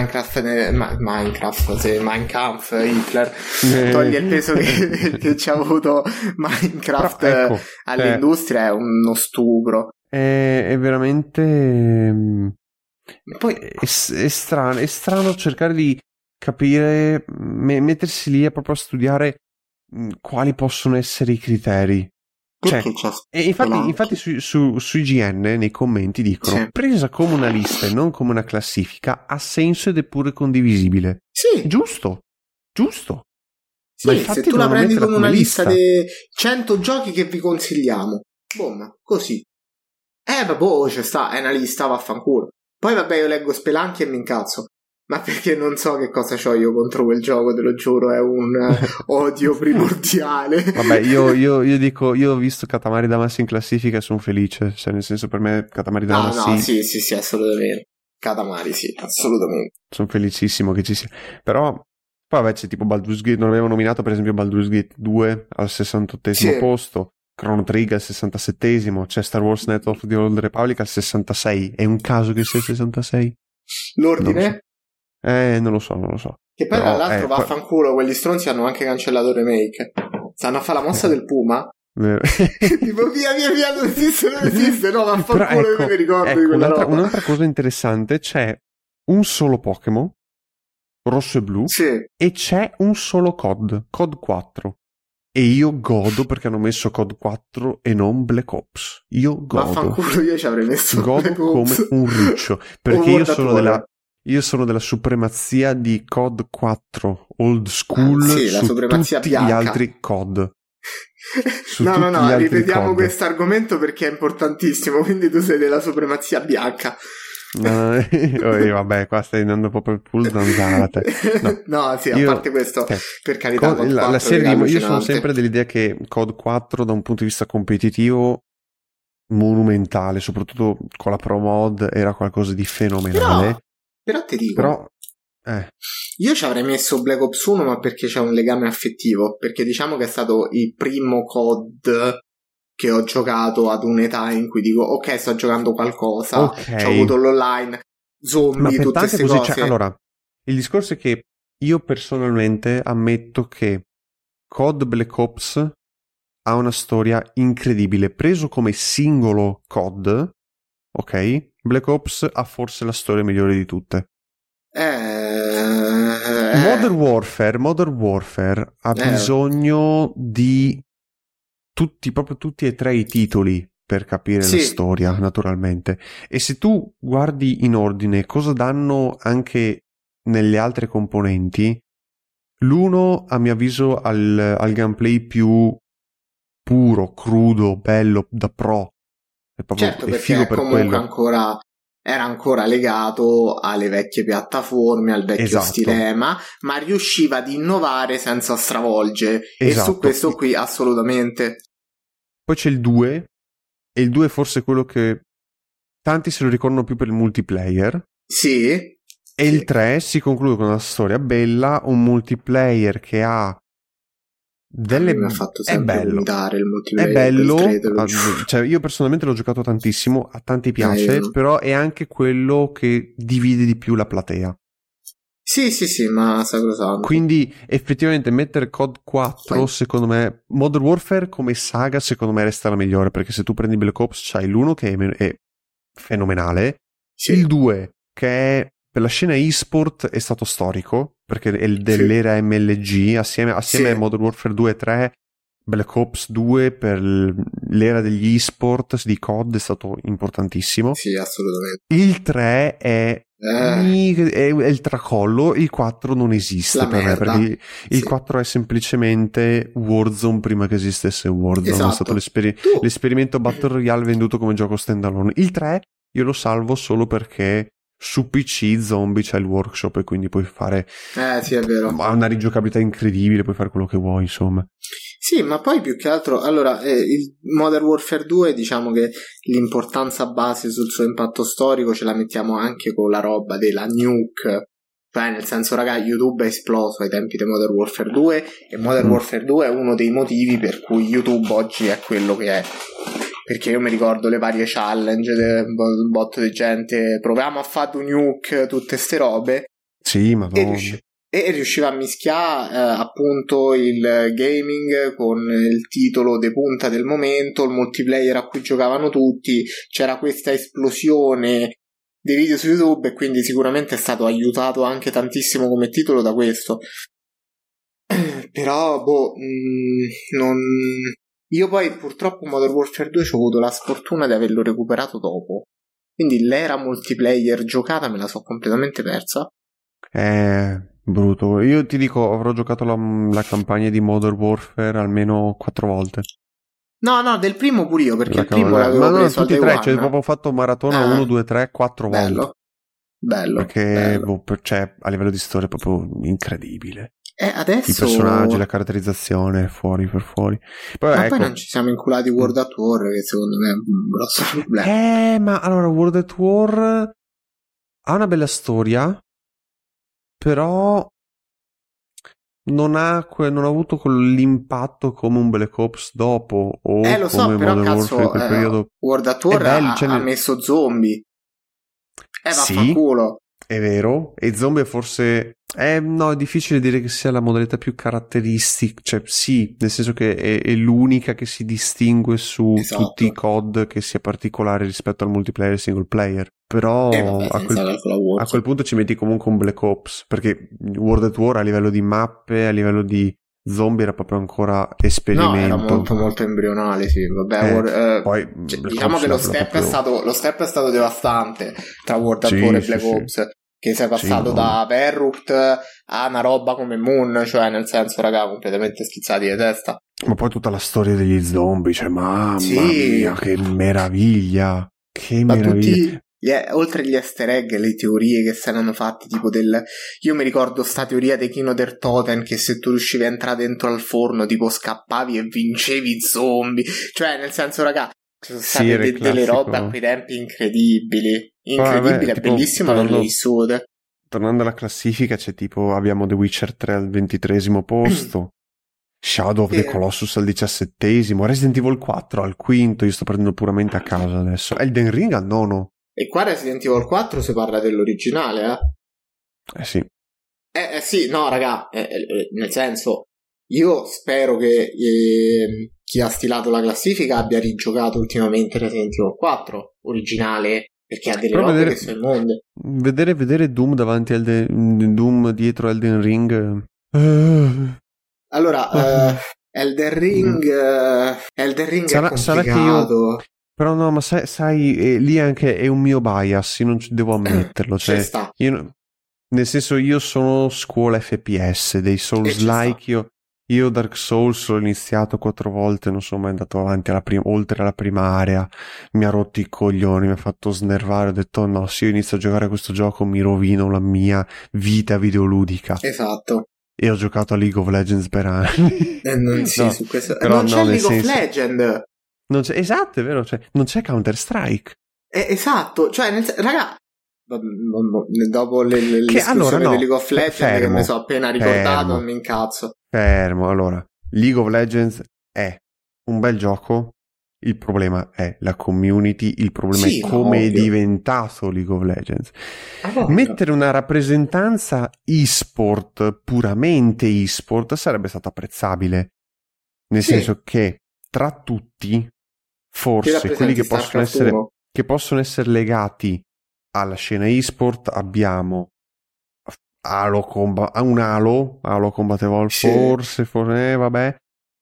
Hitler toglie il peso che ci ha avuto Minecraft. Però, all'industria è uno stupro, è veramente poi è strano cercare di capire, mettersi lì a proprio studiare quali possono essere i criteri, cioè, e infatti su IGN nei commenti dicono sì. Presa come una lista e non come una classifica ha senso ed è pure condivisibile. Sì, giusto. Sì, se tu la prendi come una lista dei 100 giochi che vi consigliamo, boom, così. Vabbè, ci sta, è una lista, vaffanculo. Poi vabbè, io leggo Spelunky e mi incazzo, ma perché non so che cosa c'ho io contro quel gioco, te lo giuro, è un odio primordiale. Vabbè, io dico, io ho visto Katamari Damacy in classifica e sono felice, cioè nel senso, per me Katamari Damacy... No, sì, assolutamente. Katamari, sì, assolutamente. Sono felicissimo che ci sia, però... Poi vabbè c'è tipo Baldur's Gate, non avevo nominato per esempio Baldur's Gate 2 al 68esimo posto, Chrono Trigger al 67esimo, c'è Star Wars Knights of the Old Republic al 66, è un caso che sia il 66? L'ordine? Non lo so. Che poi tra l'altro vaffanculo, quelli stronzi hanno anche cancellato il remake, stanno a fare la mossa del Puma. Tipo via, non esiste, no, vaffanculo, io mi ricordo di quella roba. Un'altra cosa interessante, c'è un solo Pokémon rosso e blu, Sì. e c'è un solo COD 4. E io godo perché hanno messo COD 4 e non Black Ops. Io godo. Vaffanculo, io ci avrei messo Godo Black come Ops. un riccio. Perché io sono della supremazia di COD 4 old school sì, la su supremazia tutti bianca. gli altri COD. No, ripetiamo questo argomento perché è importantissimo, quindi tu sei della supremazia bianca. No, vabbè, qua stai andando proprio il pool zanzarate. No, sì, a parte questo, per carità, COD 4 la serie io sono sempre dell'idea che COD 4 da un punto di vista competitivo monumentale, soprattutto con la Pro Mod, era qualcosa di fenomenale. Però ti dico, io ci avrei messo Black Ops 1, ma perché c'è un legame affettivo, perché diciamo che è stato il primo COD che ho giocato ad un'età in cui dico ok, sto giocando qualcosa, ho avuto l'online, zombie, tutte queste cose. Allora, il discorso è che io personalmente ammetto che COD Black Ops ha una storia incredibile. Preso come singolo COD, ok, Black Ops ha forse la storia migliore di tutte. Modern Warfare ha bisogno di proprio tutti e tre i titoli per capire la storia, naturalmente. E se tu guardi in ordine cosa danno anche nelle altre componenti, l'uno, a mio avviso, al gameplay più puro, crudo, bello, da pro. È proprio certo, perché comunque era ancora legato alle vecchie piattaforme, al vecchio stilema, ma riusciva ad innovare senza stravolgere. E su questo qui assolutamente. Poi c'è il 2, e il 2 è forse quello che tanti se lo ricordano più per il multiplayer. Sì. E il 3 si conclude con una storia bella, un multiplayer che ha mi ha fatto sempre vomitare il multiplayer. È bello, cioè io personalmente l'ho giocato tantissimo, a tanti piace, però è anche quello che divide di più la platea. Sì, ma sacrosanto. Quindi effettivamente mettere COD 4, secondo me, Modern Warfare come saga secondo me resta la migliore, perché se tu prendi Black Ops c'hai l'1 che è fenomenale, il 2 che è per la scena e-sport è stato storico, perché è dell'era MLG, assieme a Modern Warfare 2 e 3, Black Ops 2 per l'era degli e-sport di COD è stato importantissimo. Sì, assolutamente. Il 3 è il tracollo, il 4 non esiste per me, perché il 4 è semplicemente Warzone prima che esistesse Warzone, è stato l'esperimento Battle Royale venduto come gioco standalone. Il 3 io lo salvo solo perché su PC Zombie c'è il workshop e quindi puoi fare sì, è vero, ha una rigiocabilità incredibile, puoi fare quello che vuoi, insomma. Sì, ma poi più che altro, allora, il Modern Warfare 2, diciamo che l'importanza base sul suo impatto storico ce la mettiamo anche con la roba della nuke, cioè nel senso, raga, YouTube è esploso ai tempi di Modern Warfare 2 e Modern Warfare 2 è uno dei motivi per cui YouTube oggi è quello che è, perché io mi ricordo le varie challenge un botto di gente, proviamo a fare un nuke, tutte ste robe, sì, ma e riusciva a mischiare appunto il gaming con il titolo de punta del momento, il multiplayer a cui giocavano tutti, c'era questa esplosione dei video su YouTube e quindi sicuramente è stato aiutato anche tantissimo come titolo da questo. Però non... Io poi purtroppo Modern Warfare 2 ci ho avuto la sfortuna di averlo recuperato dopo, quindi l'era multiplayer giocata me la so completamente persa. Brutto. Io ti dico, avrò giocato la campagna di Modern Warfare almeno 4 volte. No, del primo pure io, perché il primo l'avevo preso tutti e tre, cioè proprio fatto maratona 1, 2, 3, 4 volte. Bello. Perché cioè, a livello di storia è propro incredibile. Adesso... I personaggi, la caratterizzazione, fuori. Poi, ma poi non ci siamo inculati World at War, che secondo me è un grosso problema. Ma allora World at War ha una bella storia, però non ha avuto quell'impatto come un Black Ops dopo o lo so, come però Modern Warfare in quel periodo. World at War ha messo zombie. Sì, vaffanculo. È vero, e zombie forse... no, è difficile dire che sia la modalità più caratteristica, cioè sì, nel senso che è l'unica che si distingue su tutti i COD che sia particolare rispetto al multiplayer e single player, però a quel punto ci metti comunque un Black Ops, perché World at War a livello di mappe, a livello di zombie era proprio ancora esperimento. No, era molto molto embrionale, sì, vabbè. Poi diciamo che lo step è stato devastante tra World at War e Black Ops. Che sei passato da Verrupt a una roba come Moon, cioè nel senso, raga, completamente schizzati di testa. Ma poi tutta la storia degli zombie, cioè mamma mia, che meraviglia, che meraviglia. Oltre gli easter egg, le teorie che si erano fatte, tipo io mi ricordo sta teoria dei Kino der Toten, che se tu riuscivi a entrare dentro al forno, tipo scappavi e vincevi zombie, cioè nel senso, raga, ci sono state delle robe a quei tempi incredibili. Incredibile, è bellissimo averlo vissuto. Tornando alla classifica, c'è tipo abbiamo The Witcher 3 al 23° posto, Shadow of the Colossus al 17°, Resident Evil 4 al 5°, io sto prendendo puramente a caso adesso, Elden Ring al 9°. E qua Resident Evil 4 si parla dell'originale, Sì. Sì, no raga, nel senso, io spero che chi ha stilato la classifica abbia rigiocato ultimamente Resident Evil 4 originale, perché ha delle robe che sono immonde. Vedere Doom davanti Doom dietro Elden Ring. Allora, Elden Ring è complicato. Sarà che io... Però no, ma sai lì anche è un mio bias, io non devo ammetterlo. Cioè, nel senso, io sono scuola FPS, dei Souls-like, io Dark Souls l'ho iniziato 4 volte, non sono mai andato avanti oltre alla prima area, mi ha rotto i coglioni, mi ha fatto snervare, ho detto no, se io inizio a giocare a questo gioco mi rovino la mia vita videoludica. Esatto. E ho giocato a League of Legends per anni. Su questo... non c'è League of Legends! Non c'è, esatto, è vero, cioè, non c'è Counter-Strike. Esatto, cioè, raga... dopo le discussioni di League of Legends che mi sono appena ricordato, non mi incazzo. Fermo, allora, League of Legends è un bel gioco, il problema è la community, il problema è come è diventato League of Legends. Mettere una rappresentanza e-sport, puramente e-sport, sarebbe stato apprezzabile, nel senso che tra tutti, forse quelli che possono essere legati alla scena e-sport abbiamo Halo Combat Evolve, forse vabbè,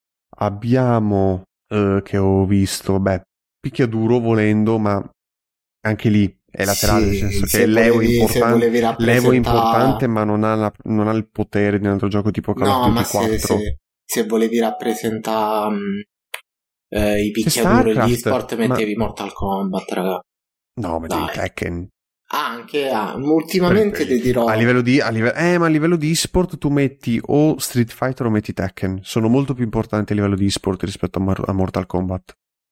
abbiamo che ho visto, vabbè, picchiaduro volendo, ma anche lì è laterale, nel senso che l'Evo è importante, ma non ha il potere di un altro gioco tipo Call of Duty 4. Se volevi rappresentare i picchiaduro e gli e-sport, mettevi Mortal Kombat, raga. No, mettevi Tekken. Anche ultimamente ti dirò ma a livello di e-sport tu metti o Street Fighter o metti Tekken, sono molto più importanti a livello di e-sport rispetto a Mortal Kombat.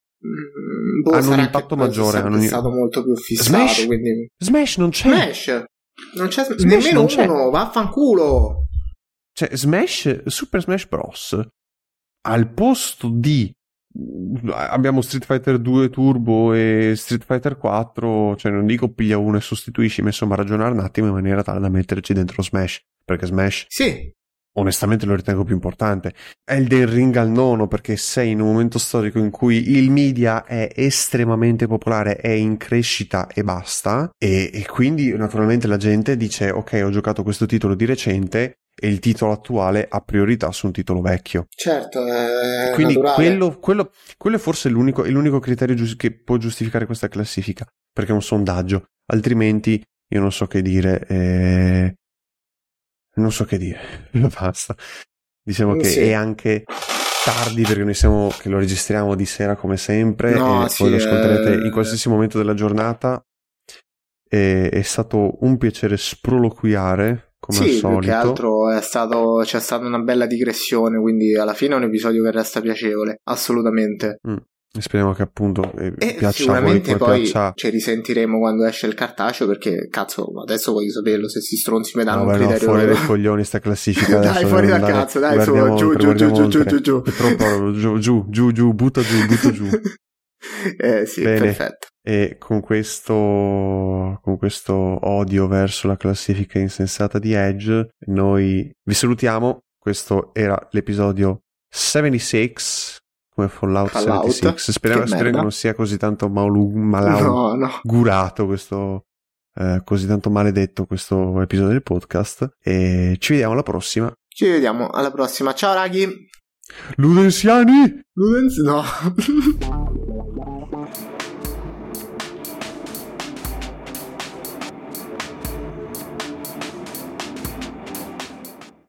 Hanno un impatto maggiore, è stato molto più fissato. Smash non c'è. Non c'è nemmeno uno, vaffanculo. Cioè Super Smash Bros. Al posto di abbiamo Street Fighter 2 Turbo e Street Fighter 4, cioè non dico piglia uno e sostituisci, ma insomma ragionare un attimo in maniera tale da metterci dentro Smash, perché Smash onestamente lo ritengo più importante. Elden Ring al 9, perché sei in un momento storico in cui il media è estremamente popolare, è in crescita e basta, e quindi naturalmente la gente dice ok, ho giocato questo titolo di recente e il titolo attuale ha priorità su un titolo vecchio. Certo, quindi quello è forse l'unico criterio che può giustificare questa classifica, perché è un sondaggio, altrimenti io non so che dire, basta. Diciamo che è anche tardi, perché noi che lo registriamo di sera come sempre, e poi lo ascolterete in qualsiasi momento della giornata. È stato un piacere sproloquiare come al solito. Più che altro c'è stata una bella digressione, quindi alla fine è un episodio che resta piacevole, assolutamente. Speriamo che appunto piaccia sicuramente a voi, poi ci risentiremo quando esce il cartaceo, perché cazzo adesso voglio saperlo se si stronzi mi danno un criterio. Fuori dai coglioni sta classifica. Dai, fuori dal cazzo, dai, su, giù. È troppo giù, butta giù. Sì, bene. Perfetto. E con questo odio verso la classifica insensata di Edge, noi vi salutiamo. Questo era l'episodio 76, come Fallout 76. Speriamo che non sia così tanto malaugurato questo, così tanto maledetto questo episodio del podcast. E ci vediamo alla prossima. Ci vediamo alla prossima. Ciao raghi. Ludensiani! No.